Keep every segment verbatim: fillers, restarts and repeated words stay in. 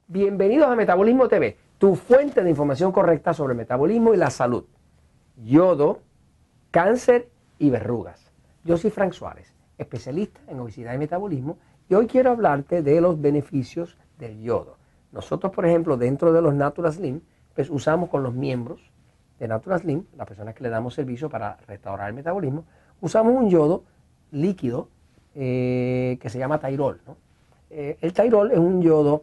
Bienvenidos a Metabolismo T V, tu fuente de información correcta sobre el metabolismo y la salud. Yodo, cáncer y verrugas. Yo soy Frank Suárez, especialista en obesidad y metabolismo, y hoy quiero hablarte de los beneficios del yodo. Nosotros, por ejemplo, dentro de los Natural Slim, pues usamos con los miembros de Natural Slim, las personas que le damos servicio para restaurar el metabolismo, usamos un yodo líquido eh, que se llama Tairol, ¿no? Eh, el Tairol es un yodo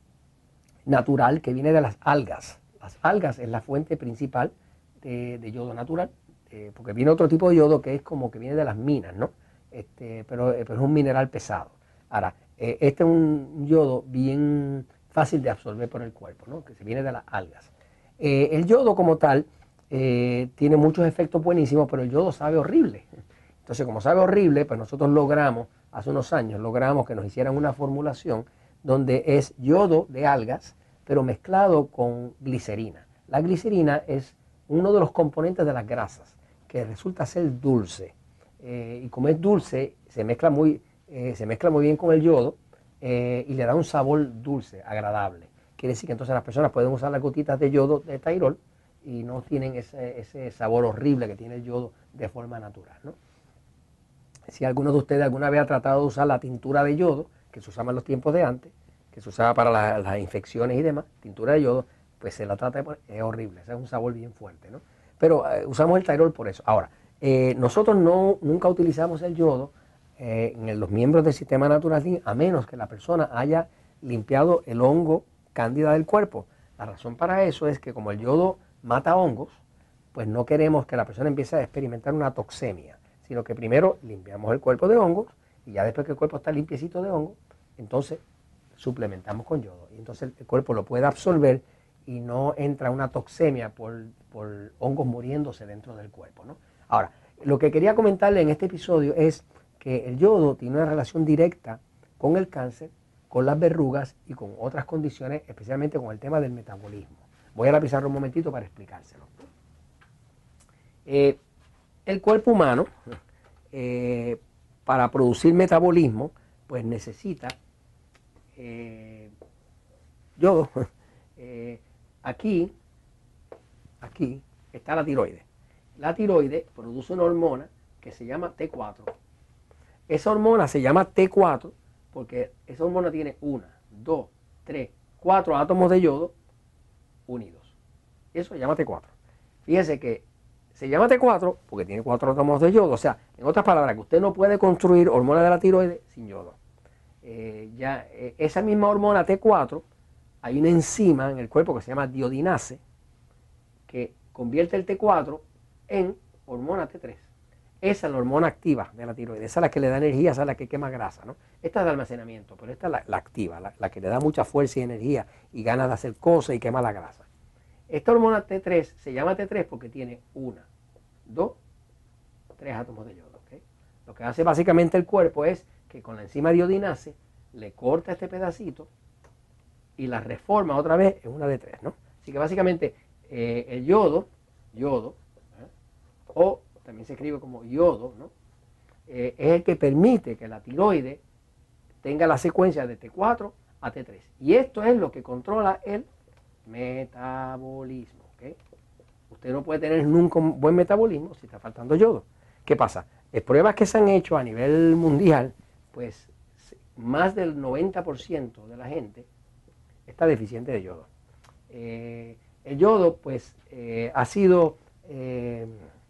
natural que viene de las algas. Las algas es la fuente principal de, de yodo natural, eh, porque viene otro tipo de yodo que es como que viene de las minas, ¿no? Este, pero, eh, pero es un mineral pesado. Ahora, eh, este es un yodo bien fácil de absorber por el cuerpo, ¿no? Que se viene de las algas. Eh, el yodo como tal eh, tiene muchos efectos buenísimos, pero el yodo sabe horrible. Entonces, como sabe horrible, pues nosotros logramos, hace unos años, logramos que nos hicieran una formulación donde es yodo de algas, pero mezclado con glicerina. La glicerina es uno de los componentes de las grasas, que resulta ser dulce. Eh, y como es dulce, se mezcla muy, eh, se mezcla muy bien con el yodo eh, y le da un sabor dulce, agradable. Quiere decir que entonces las personas pueden usar las gotitas de yodo de Tairol y no tienen ese, ese sabor horrible que tiene el yodo de forma natural, ¿no? Si alguno de ustedes alguna vez ha tratado de usar la tintura de yodo, que se usaba en los tiempos de antes, que se usaba para la, las infecciones y demás, tintura de yodo, pues se la trata de, es horrible, ese es un sabor bien fuerte, ¿no? Pero eh, usamos el Tairol por eso. Ahora, eh, nosotros no, nunca utilizamos el yodo eh, en los miembros del sistema Natural Slim, a menos que la persona haya limpiado el hongo cándida del cuerpo. La razón para eso es que como el yodo mata hongos, pues no queremos que la persona empiece a experimentar una toxemia, sino que primero limpiamos el cuerpo de hongos y ya después que el cuerpo está limpiecito de hongos, entonces suplementamos con yodo. Y entonces el cuerpo lo puede absorber y no entra una toxemia por, por hongos muriéndose dentro del cuerpo, ¿no? Ahora, lo que quería comentarle en este episodio es que el yodo tiene una relación directa con el cáncer, con las verrugas y con otras condiciones, especialmente con el tema del metabolismo. Voy a la pizarra un momentito para explicárselo. Eh, el cuerpo humano, eh, para producir metabolismo, pues necesita eh, yodo. Eh, aquí, aquí está la tiroides. La tiroides produce una hormona que se llama T cuatro. Esa hormona se llama T cuatro porque esa hormona tiene una, dos, tres, cuatro átomos de yodo unidos. Eso se llama T cuatro. Fíjese que se llama T cuatro porque tiene cuatro átomos de yodo. O sea, en otras palabras, que usted no puede construir hormona de la tiroides sin yodo. Eh, ya, eh, esa misma hormona T cuatro, hay una enzima en el cuerpo que se llama diodinase que convierte el T cuatro en hormona T tres. Esa es la hormona activa de la tiroides, esa es la que le da energía, esa es la que quema grasa, ¿no? Esta es de almacenamiento, pero esta es la, la activa, la, la que le da mucha fuerza y energía y ganas de hacer cosas y quema la grasa. Esta hormona T tres se llama T tres porque tiene una, dos, tres átomos de yodo, ¿okay? Lo que hace básicamente el cuerpo es que con la enzima diodinase le corta este pedacito y la reforma otra vez en una de tres, ¿no? Así que básicamente eh, el yodo, yodo, ¿eh? o también se escribe como yodo, ¿no? Eh, es el que permite que la tiroides tenga la secuencia de T cuatro a T tres. Y esto es lo que controla el metabolismo, ¿okay? Usted no puede tener nunca un buen metabolismo si está faltando yodo. ¿Qué pasa? En pruebas que se han hecho a nivel mundial, pues más del noventa por ciento de la gente está deficiente de yodo. Eh, el yodo, pues, eh, ha sido eh,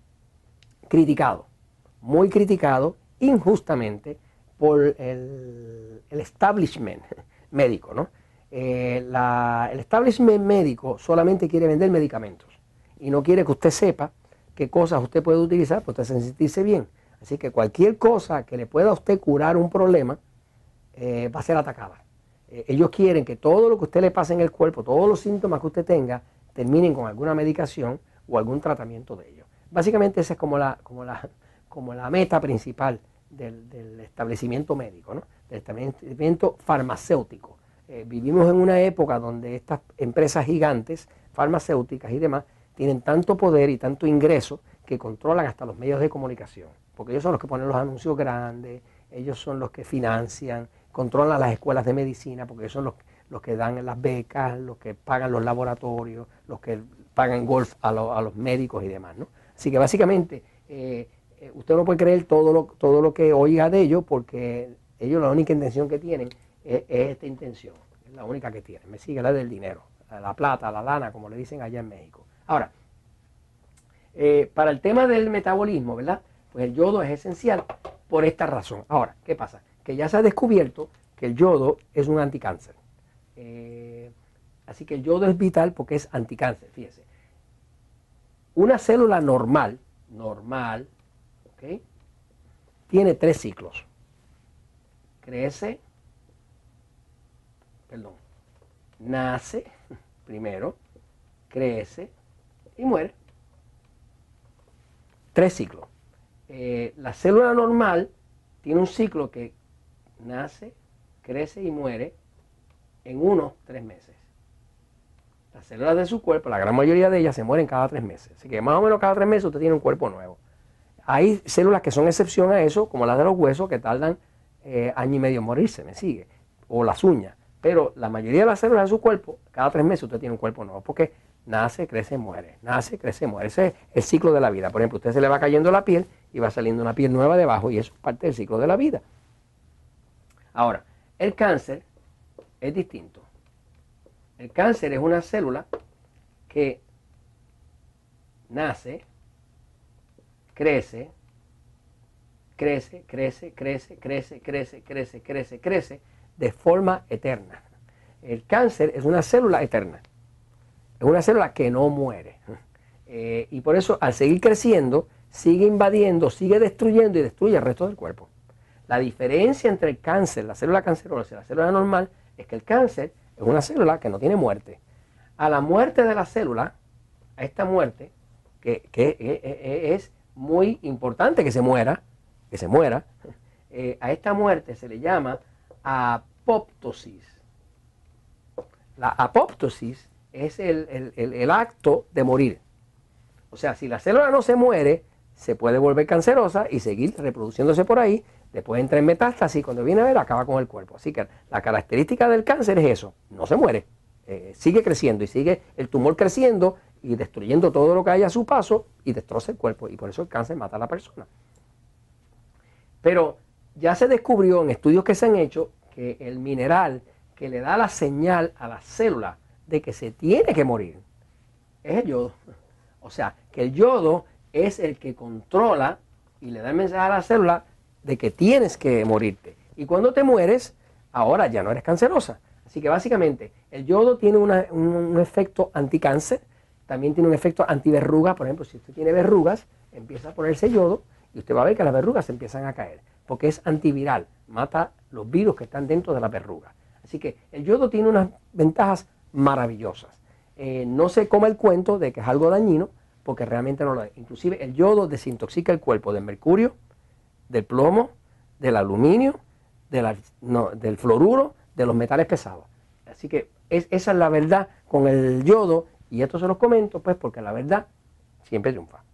criticado, muy criticado, injustamente, por el, el establishment médico, ¿no? Eh, la, el establishment médico solamente quiere vender medicamentos y no quiere que usted sepa qué cosas usted puede utilizar para usted sentirse bien. Así que cualquier cosa que le pueda a usted curar un problema eh, va a ser atacada. Eh, ellos quieren que todo lo que a usted le pase en el cuerpo, todos los síntomas que usted tenga, terminen con alguna medicación o algún tratamiento de ellos. Básicamente esa es como la, como la, como la meta principal del, del establecimiento médico, ¿no? Del establecimiento farmacéutico. Eh, vivimos en una época donde estas empresas gigantes, farmacéuticas y demás, tienen tanto poder y tanto ingreso que controlan hasta los medios de comunicación. Porque ellos son los que ponen los anuncios grandes, ellos son los que financian controlan las escuelas de medicina, porque ellos son los, los que dan las becas, los que pagan los laboratorios, los que pagan golf a, lo, a los médicos y demás, ¿no? Así que básicamente eh, usted no puede creer todo lo, todo lo que oiga de ellos, porque ellos la única intención que tienen es, es esta intención, es la única que tienen. Me sigue la del dinero, la plata, la lana, como le dicen allá en México. Ahora, eh, para el tema del metabolismo, ¿verdad? Pues el yodo es esencial por esta razón. Ahora, ¿qué pasa? Que ya se ha descubierto que el yodo es un anticáncer. Eh, así que el yodo es vital porque es anticáncer, fíjese. Una célula normal, normal, ¿ok? Tiene tres ciclos. Crece, perdón, nace primero, crece y muere. Tres ciclos. Eh, la célula normal tiene un ciclo que nace, crece y muere en unos tres meses. Las células de su cuerpo, la gran mayoría de ellas se mueren cada tres meses. Así que más o menos cada tres meses usted tiene un cuerpo nuevo. Hay células que son excepción a eso, como las de los huesos, que tardan eh, año y medio en morirse, me sigue, o las uñas. Pero la mayoría de las células de su cuerpo, cada tres meses usted tiene un cuerpo nuevo, porque nace, crece, muere, nace, crece, muere. Ese es el ciclo de la vida. Por ejemplo, a usted se le va cayendo la piel y va saliendo una piel nueva debajo, y eso es parte del ciclo de la vida. Ahora, el cáncer es distinto. El cáncer es una célula que nace, crece, crece, crece, crece, crece, crece, crece, crece, crece, de forma eterna. El cáncer es una célula eterna. Es una célula que no muere. Eh, y por eso, al seguir creciendo, sigue invadiendo, sigue destruyendo y destruye el resto del cuerpo. La diferencia entre el cáncer, la célula cancerosa y la célula normal, es que el cáncer es una célula que no tiene muerte. A la muerte de la célula, a esta muerte, que, que es muy importante que se muera, que se muera, eh, a esta muerte se le llama apoptosis. La apoptosis es el, el, el, el acto de morir. O sea, si la célula no se muere, se puede volver cancerosa y seguir reproduciéndose por ahí. Después entra en metástasis y cuando viene a ver acaba con el cuerpo. Así que la característica del cáncer es eso, no se muere, eh, sigue creciendo y sigue el tumor creciendo y destruyendo todo lo que hay a su paso y destroza el cuerpo, y por eso el cáncer mata a la persona. Pero ya se descubrió en estudios que se han hecho que el mineral que le da la señal a la célula de que se tiene que morir es el yodo. O sea, que el yodo es el que controla y le da el mensaje a la célula de que tienes que morirte. Y cuando te mueres, ahora ya no eres cancerosa. Así que básicamente el yodo tiene una, un, un efecto anticáncer, también tiene un efecto antiverruga. Por ejemplo, si usted tiene verrugas, empieza a ponerse yodo y usted va a ver que las verrugas se empiezan a caer, porque es antiviral, mata los virus que están dentro de la verruga. Así que el yodo tiene unas ventajas maravillosas. Eh, no se coma el cuento de que es algo dañino, porque realmente no lo es. Inclusive el yodo desintoxica el cuerpo del mercurio, del plomo, del aluminio, de la, no, del fluoruro, de los metales pesados. Así que es, esa es la verdad con el yodo, y esto se los comento pues porque la verdad siempre triunfa.